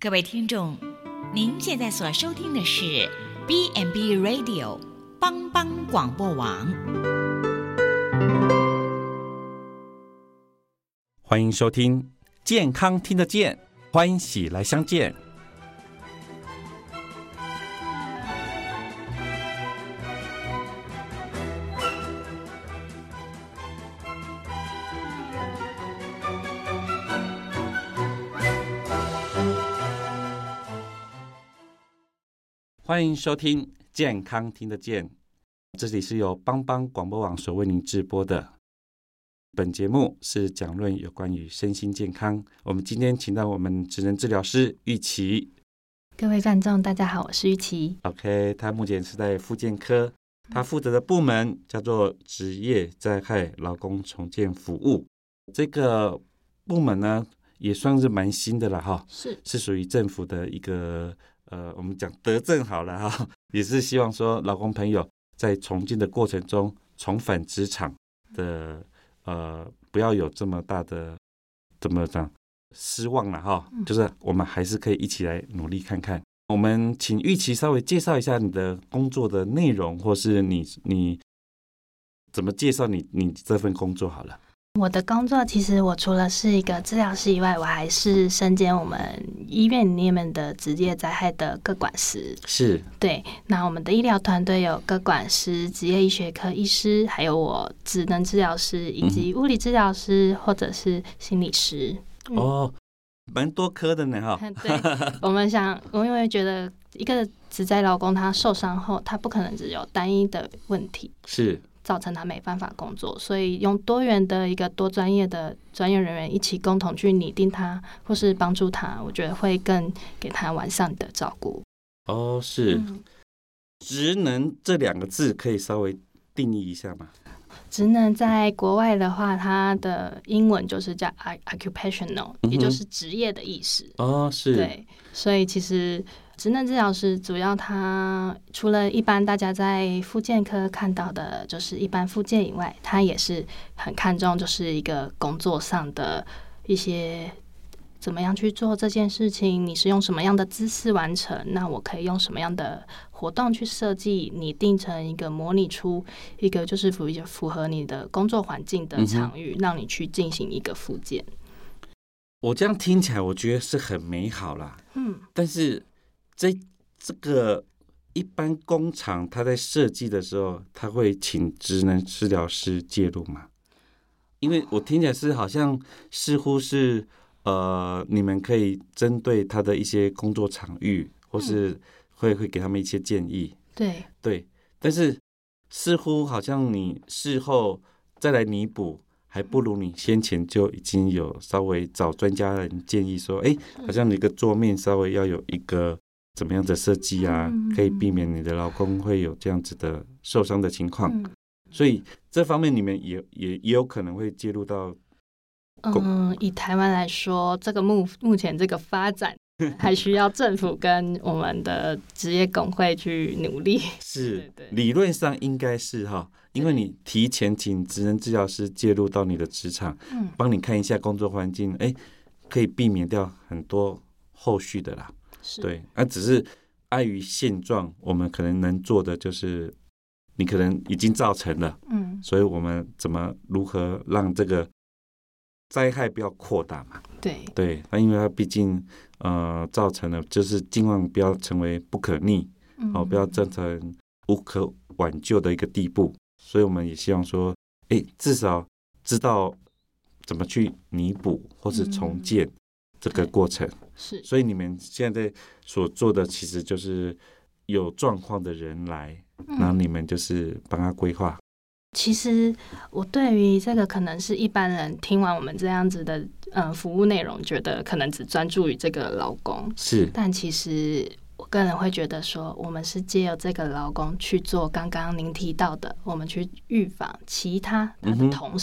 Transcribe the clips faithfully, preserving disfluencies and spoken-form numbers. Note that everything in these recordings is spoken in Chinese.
各位听众，您现在所收听的是 B and B Radio 帮帮广播网， 欢迎收听健康听得见，欢喜来相见。欢迎收听健康听得见，这里是由帮帮广播网所为您直播的。本节目是讲论有关于身心健康。我们今天请到我们职能治疗师玉琪。 各位观众大家好，我是玉琪。 OK， 他目前是在复健科，他负责的部门叫做职业灾害劳工重建服务。这个部门呢也算是蛮新的了哈， 是是属于政府的一个呃，我们讲德政好了哈，也是希望说劳工朋友在重建的过程中重返职场的呃，不要有这么大的怎么讲失望了哈，就是我们还是可以一起来努力看看。我们请玉琪稍微介绍一下你的工作的内容，或是你你怎么介绍你你这份工作好了。 我的工作其实我除了是一个治疗师以外，我还是身兼我们医院里面的职业灾害的个管师。 是， 对，那我们的医疗团队有个管师、职业医学科医师，还有我职能治疗师以及物理治疗师、嗯、或者是心理师。 嗯、哦，蛮多科的呢哈。 对，我们想，我因为觉得一个职灾劳工他受伤后，他不可能只有单一的问题。 是。 造成他没办法工作，所以用多元的一个多专业的专业人员一起共同去拟定他，或是帮助他，我觉得会更给他完善的照顾。 哦，是。嗯、职能这两个字可以稍微定义一下吗？ 职能在国外的话，它的英文就是叫 occupational，、嗯、也就是职业的意思。 哦，是。 对，所以其实职能治疗师主要他除了一般大家在复健科看到的就是一般复健以外，他也是很看重就是一个工作上的一些怎么样去做这件事情，你是用什么样的姿势完成，那我可以用什么样的活动去设计，拟定成一个模拟出一个就是符符合你的工作环境的场域、嗯、让你去进行一个复健。 我这样听起来我觉得是很美好啦，嗯，但是这这个一般工厂他在设计的时候，他会请职能治疗师介入吗？因为我听起来是好像似乎是呃，你们可以针对他的一些工作场域，或是会会给他们一些建议。 对对，但是似乎好像你事后再来弥补，还不如你先前就已经有稍微找专家人建议说，哎，好像你的桌面稍微要有一个怎么样的设计啊，可以避免你的劳工会有这样子的受伤的情况。嗯、所以这方面你们也也也有可能会介入到。 嗯，以台湾来说，这个目目前这个发展还需要政府跟我们的职业工会去努力。 是， 对对， 理论上应该是哈，因为你提前请职能治疗师介入到你的职场，嗯，帮你看一下工作环境，哎，可以避免掉很多后续的啦。 是， 对，那、啊、只是碍于现状，我们可能能做的就是你可能已经造成了，嗯，所以我们怎么如何让这个灾害不要扩大嘛？ 对对，那因为它毕竟呃造成了，就是尽量不要成为不可逆，嗯、哦，不要造成无可挽救的一个地步。所以我们也希望说，哎，至少知道怎么去弥补或是重建这个过程。嗯、 是， 所以你们现在所做的其实就是有状况的人来，嗯、然后你们就是帮他规划。 其实我对于这个可能是一般人听完我们这样子的呃服务内容，觉得可能只专注于这个劳工， 是， 但其实我个人会觉得说，我们是借由这个劳工去做刚刚您提到的，我们去预防其他他的同事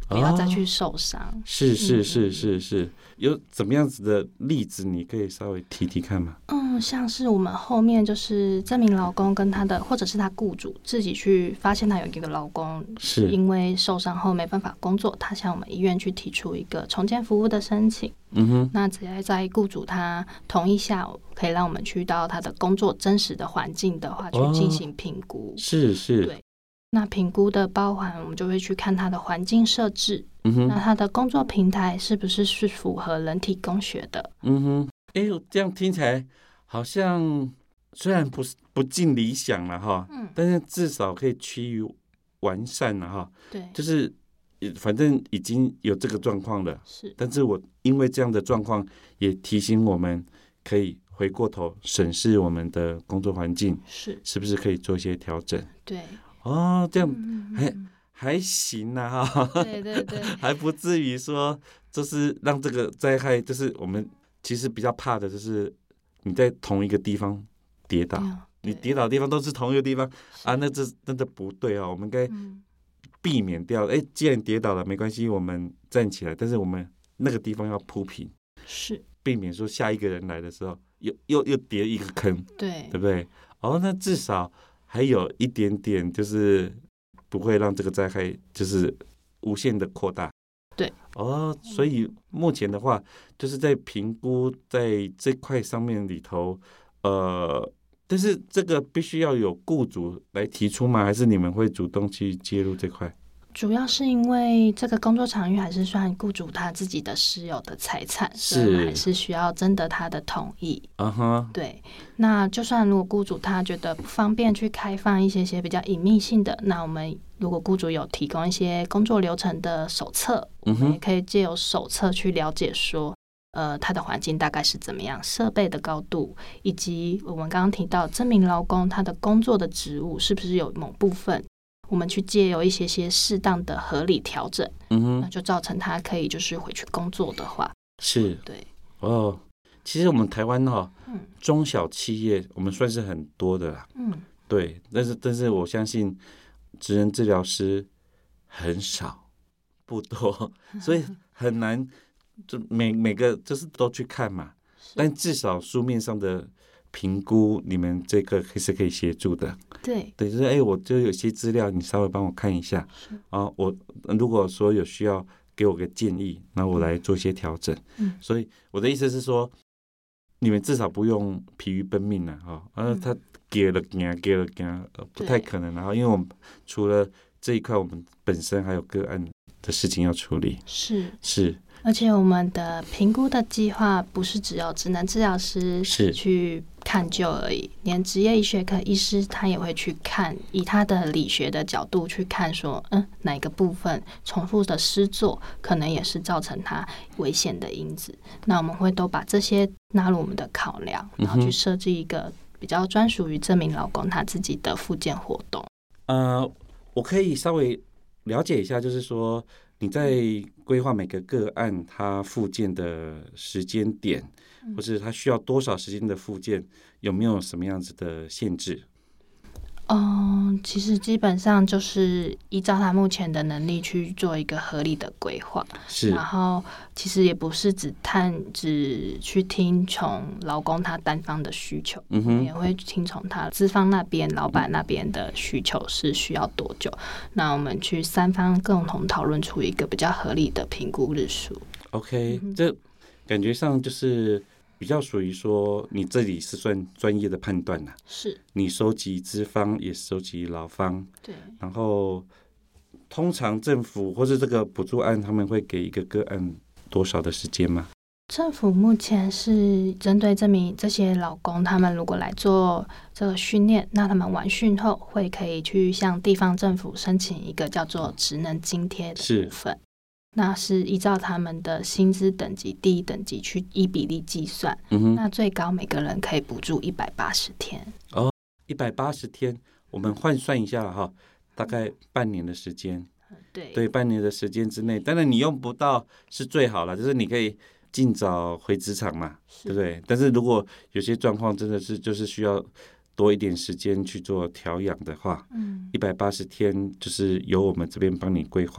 不要再去受伤。 哦、是是是是是，有怎么样子的例子，你可以稍微提提看吗？ 嗯，像是我们后面就是这名劳工跟他的或者是他雇主自己去发现他有一个劳工是因为受伤后没办法工作，他向我们医院去提出一个重建服务的申请。 嗯哼， 那只要在雇主他同意下，可以让我们去到他的工作真实的环境的话，去进行评估。 哦、是是， 对。那评估的包含，我们就会去看他的环境设置， 嗯哼， 那他的工作平台是不是是符合人体工学的？ 嗯哼，哎呦，这样听起来好像虽然不是不尽理想了哈，嗯，但是至少可以趋于完善了哈。 对， 就是反正已经有这个状况了， 是， 但是我因为这样的状况，也提醒我们可以回过头审视我们的工作环境， 是是不是可以做一些调整？ 对。 哦，这样还、 嗯、 还行啊，哈， 对对对， 还不至于说就是让这个灾害，就是我们其实比较怕的就是你在同一个地方跌倒，你跌倒的地方都是同一个地方啊，那这真的不对啊，我们应该避免掉。哎、嗯，既然跌倒了没关系，我们站起来，但是我们那个地方要铺平， 是避免说下一个人来的时候又又又跌一个坑， 对， 对不对？哦，那至少还有一点点，就是不会让这个灾害就是无限的扩大。 对， 哦，所以目前的话，就是在评估在这块上面里头，呃，但是这个必须要有雇主来提出吗？还是你们会主动去介入这块？ 主要是因为这个工作场域还是算雇主他自己的私有的财产，所以还是需要征得他的同意。 啊哈， 对。那就算如果雇主他觉得不方便去开放一些些比较隐秘性的，那我们如果雇主有提供一些工作流程的手册， 嗯、 我们也可以借由手册去了解说，呃，他的环境大概是怎么样，设备的高度，以及我们刚刚提到这名劳工他的工作的职务是不是有某部分。我们去借由一些些适当的合理调整， 嗯哼， 那就造成他可以就是回去工作的话， 是， 对， 哦，其实我们台湾哈、哦， 嗯， 中小企业我们算是很多的啦， 嗯， 对，但是但是我相信职能治疗师很少，不多，所以很难，就每每个就是都去看嘛，但至少书面上的评估，你们这个是可以协助的。 对， 对，就是哎、欸，我就有些资料，你稍微帮我看一下啊。我如果说有需要，给我个建议，那我来做一些调整。嗯，所以我的意思是说，你们至少不用疲于奔命了哈。啊，他给了给给了给，不太可能。然后，因为我们除了这一块，我们本身还有个案的事情要处理。 是是。 而且我们的评估的计划不是只有职能治疗师去看救而已，连职业医学科医师他也会去看，以他的理学的角度去看说，嗯，哪个部分重复的施作可能也是造成他危险的因子。那我们会都把这些纳入我们的考量，然后去设计一个比较专属于这名劳工他自己的复健活动。 呃，我可以稍微了解一下，就是说你在规划每个个案他复健的时间点，或是他需要多少时间的复健，有没有什么样子的限制？ 嗯，其实基本上就是依照他目前的能力去做一个合理的规划， 是。 然后其实也不是只探只去听从劳工他单方的需求，嗯哼，也会听从他资方那边、老板那边的需求是需要多久，那我们去三方共同讨论出一个比较合理的评估日数。 OK，嗯、这感觉上就是比较属于说，你这里是算专业的判断呐、啊， 是你收集资方也收集劳方， 对， 然后通常政府或是这个补助案，他们会给一个个案多少的时间吗？ 政府目前是针对这名这些劳工，他们如果来做这个训练，那他们完训后会可以去向地方政府申请一个叫做职能津贴的部分。那是依照他们的薪资等级第一等级去依比例计算，嗯、那最高每个人可以补助一百八十天。 哦，一百八十天，我们换算一下哈，大概半年的时间。 对对，半年的时间之内，当然你用不到是最好了，就是你可以尽早回职场嘛，对不对？但是如果有些状况真的是就是需要多一点时间去做调养的话，嗯，一百八十天就是由我们这边帮你规划。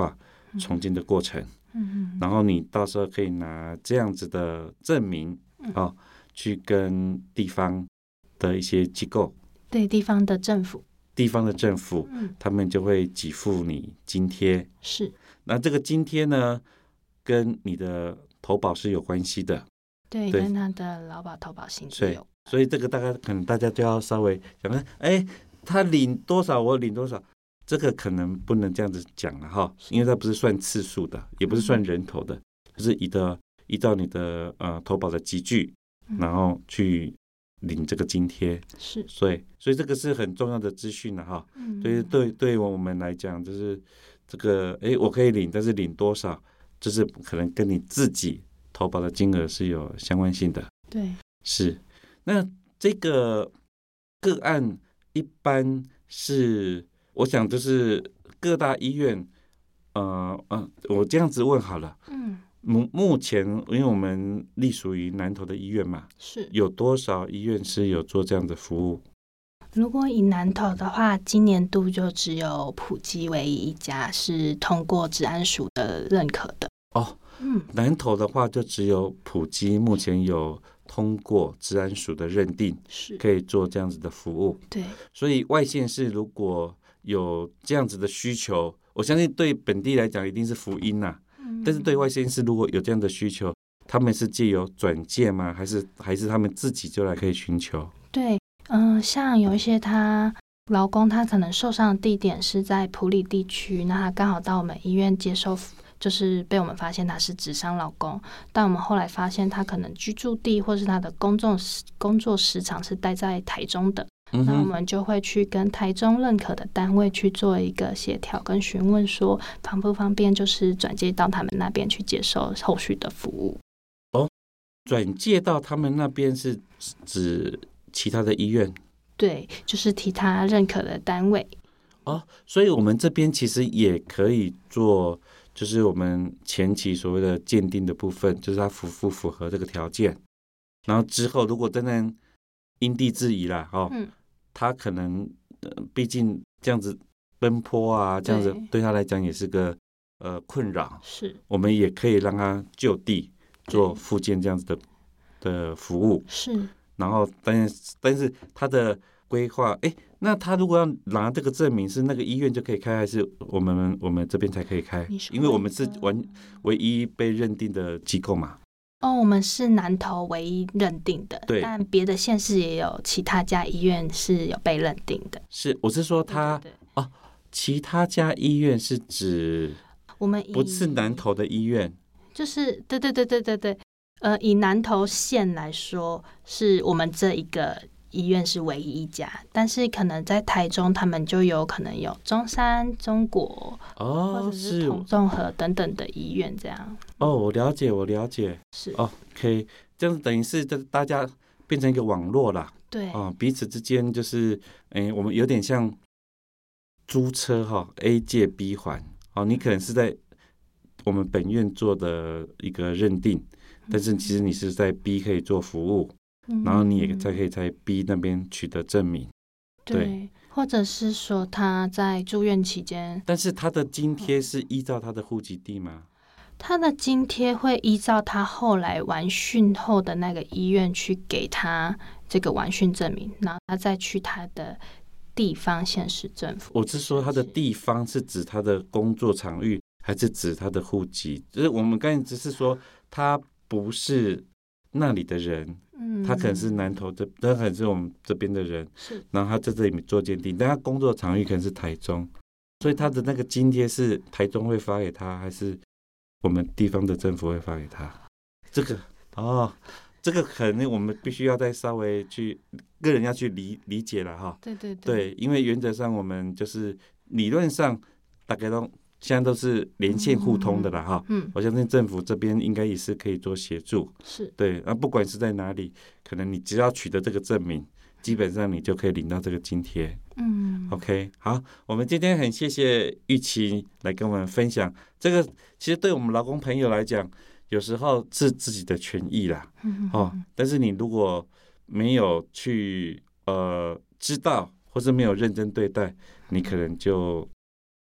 重建的过程。 嗯， 然后你到时候可以拿这样子的证明，哦，去跟地方的一些机构， 对，地方的政府， 地方的政府， 嗯， 他们就会给付你津贴。 是， 那这个津贴呢，跟你的投保是有关系的。 对， 对跟他的劳保投保薪资对有， 所以这个大概可能大家就要稍微想看，哎，他领多少，我领多少，这个可能不能这样子讲了哈，因为它不是算次数的，也不是算人头的，就是依的依照你的呃投保的集聚，然后去领这个津贴。 是， 所以所以这个是很重要的资讯了哈。 嗯， 所以对对我们来讲，就是这个，哎，我可以领，但是领多少，就是可能跟你自己投保的金额是有相关性的。 对， 是，那这个个案一般是，我想就是各大医院，呃呃，我这样子问好了， 嗯， 目目前因为我们隶属于南投的医院嘛， 是。 有多少医院是有做这样的服务？ 如果以南投的话，今年度就只有普基唯一一家是通过治安署的认可的。 哦， 嗯， 南投的话就只有普基目前有通过治安署的认定， 是， 可以做这样子的服务。 对， 所以外县市如果有这样子的需求，我相信对本地来讲一定是福音呐、 嗯， 但是对外县市如果有这样的需求，他们是借由转介吗？还是还是他们自己就来可以寻求？ 对，嗯、呃，像有一些他劳工，他可能受伤的地点是在埔里地区，那他刚好到我们医院接受，就是被我们发现他是职伤劳工，但我们后来发现他可能居住地或是他的工作时工作时长是待在台中的。 嗯、 那我们就会去跟台中认可的单位去做一个协调跟询问，说方不方便就是转接到他们那边去接受后续的服务。 哦，转介到他们那边是指其他的医院？ 对，就是其他认可的单位。 哦，所以我们这边其实也可以做，就是我们前期所谓的鉴定的部分，就是它符不符合这个条件，然后之后如果真的因地制宜啦，哦， 嗯， 他可能，呃，毕竟这样子奔波啊，这样子对他来讲也是个呃困扰。 是， 我们也可以让他就地做复健这样子的的服务。 是， 然后但是但是他的规划，哎，那他如果要拿这个证明，是那个医院就可以开，还是我们我们这边才可以开？因为我们是完唯一被认定的机构嘛。 哦，我们是南投唯一认定的， 对， 但别的县市也有其他家医院是有被认定的。 是，我是说他对对对哦，其他家医院是指我们不是南投的医院， 就是对对对对对对，呃，以南投县来说，是我们这一个医院是唯一一家，但是可能在台中，他们就有可能有中山、中国， 哦， 或者是统综合等等的医院这样。 哦，我了解，我了解， 是哦 OK， 这样等于是大家变成一个网络啦。 对， 哦，彼此之间就是，哎，我们有点像租车哈、哦、，A 借 B 还。哦，你可能是在我们本院做的一个认定，但是其实你是在 B 可以做服务。 嗯、 然后你也才可以在 B 那边取得证明， 对， 对， 或者是说他在住院期间， 但是他的津贴是依照他的户籍地吗？ 他的津贴会依照他后来完训后的那个医院去给他这个完训证明，然后他再去他的地方县市政府。 我是说他的地方是指他的工作场域，还是指他的户籍？就是我们刚才只是说他不是那里的人。 嗯， 他可能是南投的，他可能是我们这边的人， 是， 然后他在这里面做鉴定，但他工作场域可能是台中，所以他的那个津贴是台中会发给他，还是我们地方的政府会发给他？这个哦，这个可能我们必须要再稍微去个人要去理理解了哈。 对对对，因为原则上我们就是理论上大概都现在都是连线互通的啦哈， 嗯， 我相信政府这边应该也是可以做协助， 是对，那不管是在哪里，可能你只要取得这个证明，基本上你就可以领到这个津贴。 嗯 OK， 好，我们今天很谢谢玉琪来跟我们分享这个，其实对我们劳工朋友来讲，有时候是自己的权益啦， 嗯哦，但是你如果没有去呃知道，或是没有认真对待，你可能就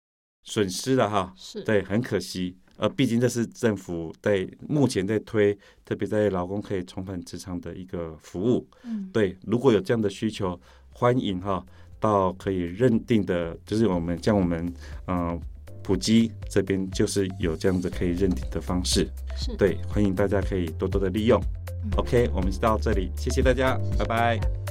损失了哈， 是， 对，很可惜。呃，毕竟这是政府在目前在推，特别在劳工可以重返职场的一个服务。 嗯， 对，如果有这样的需求，欢迎哈到可以认定的，就是我们像我们嗯、呃、普基这边就是有这样子可以认定的方式。 是， 对，欢迎大家可以多多的利用。 嗯 OK， 我们就到这里，谢谢大家，拜拜。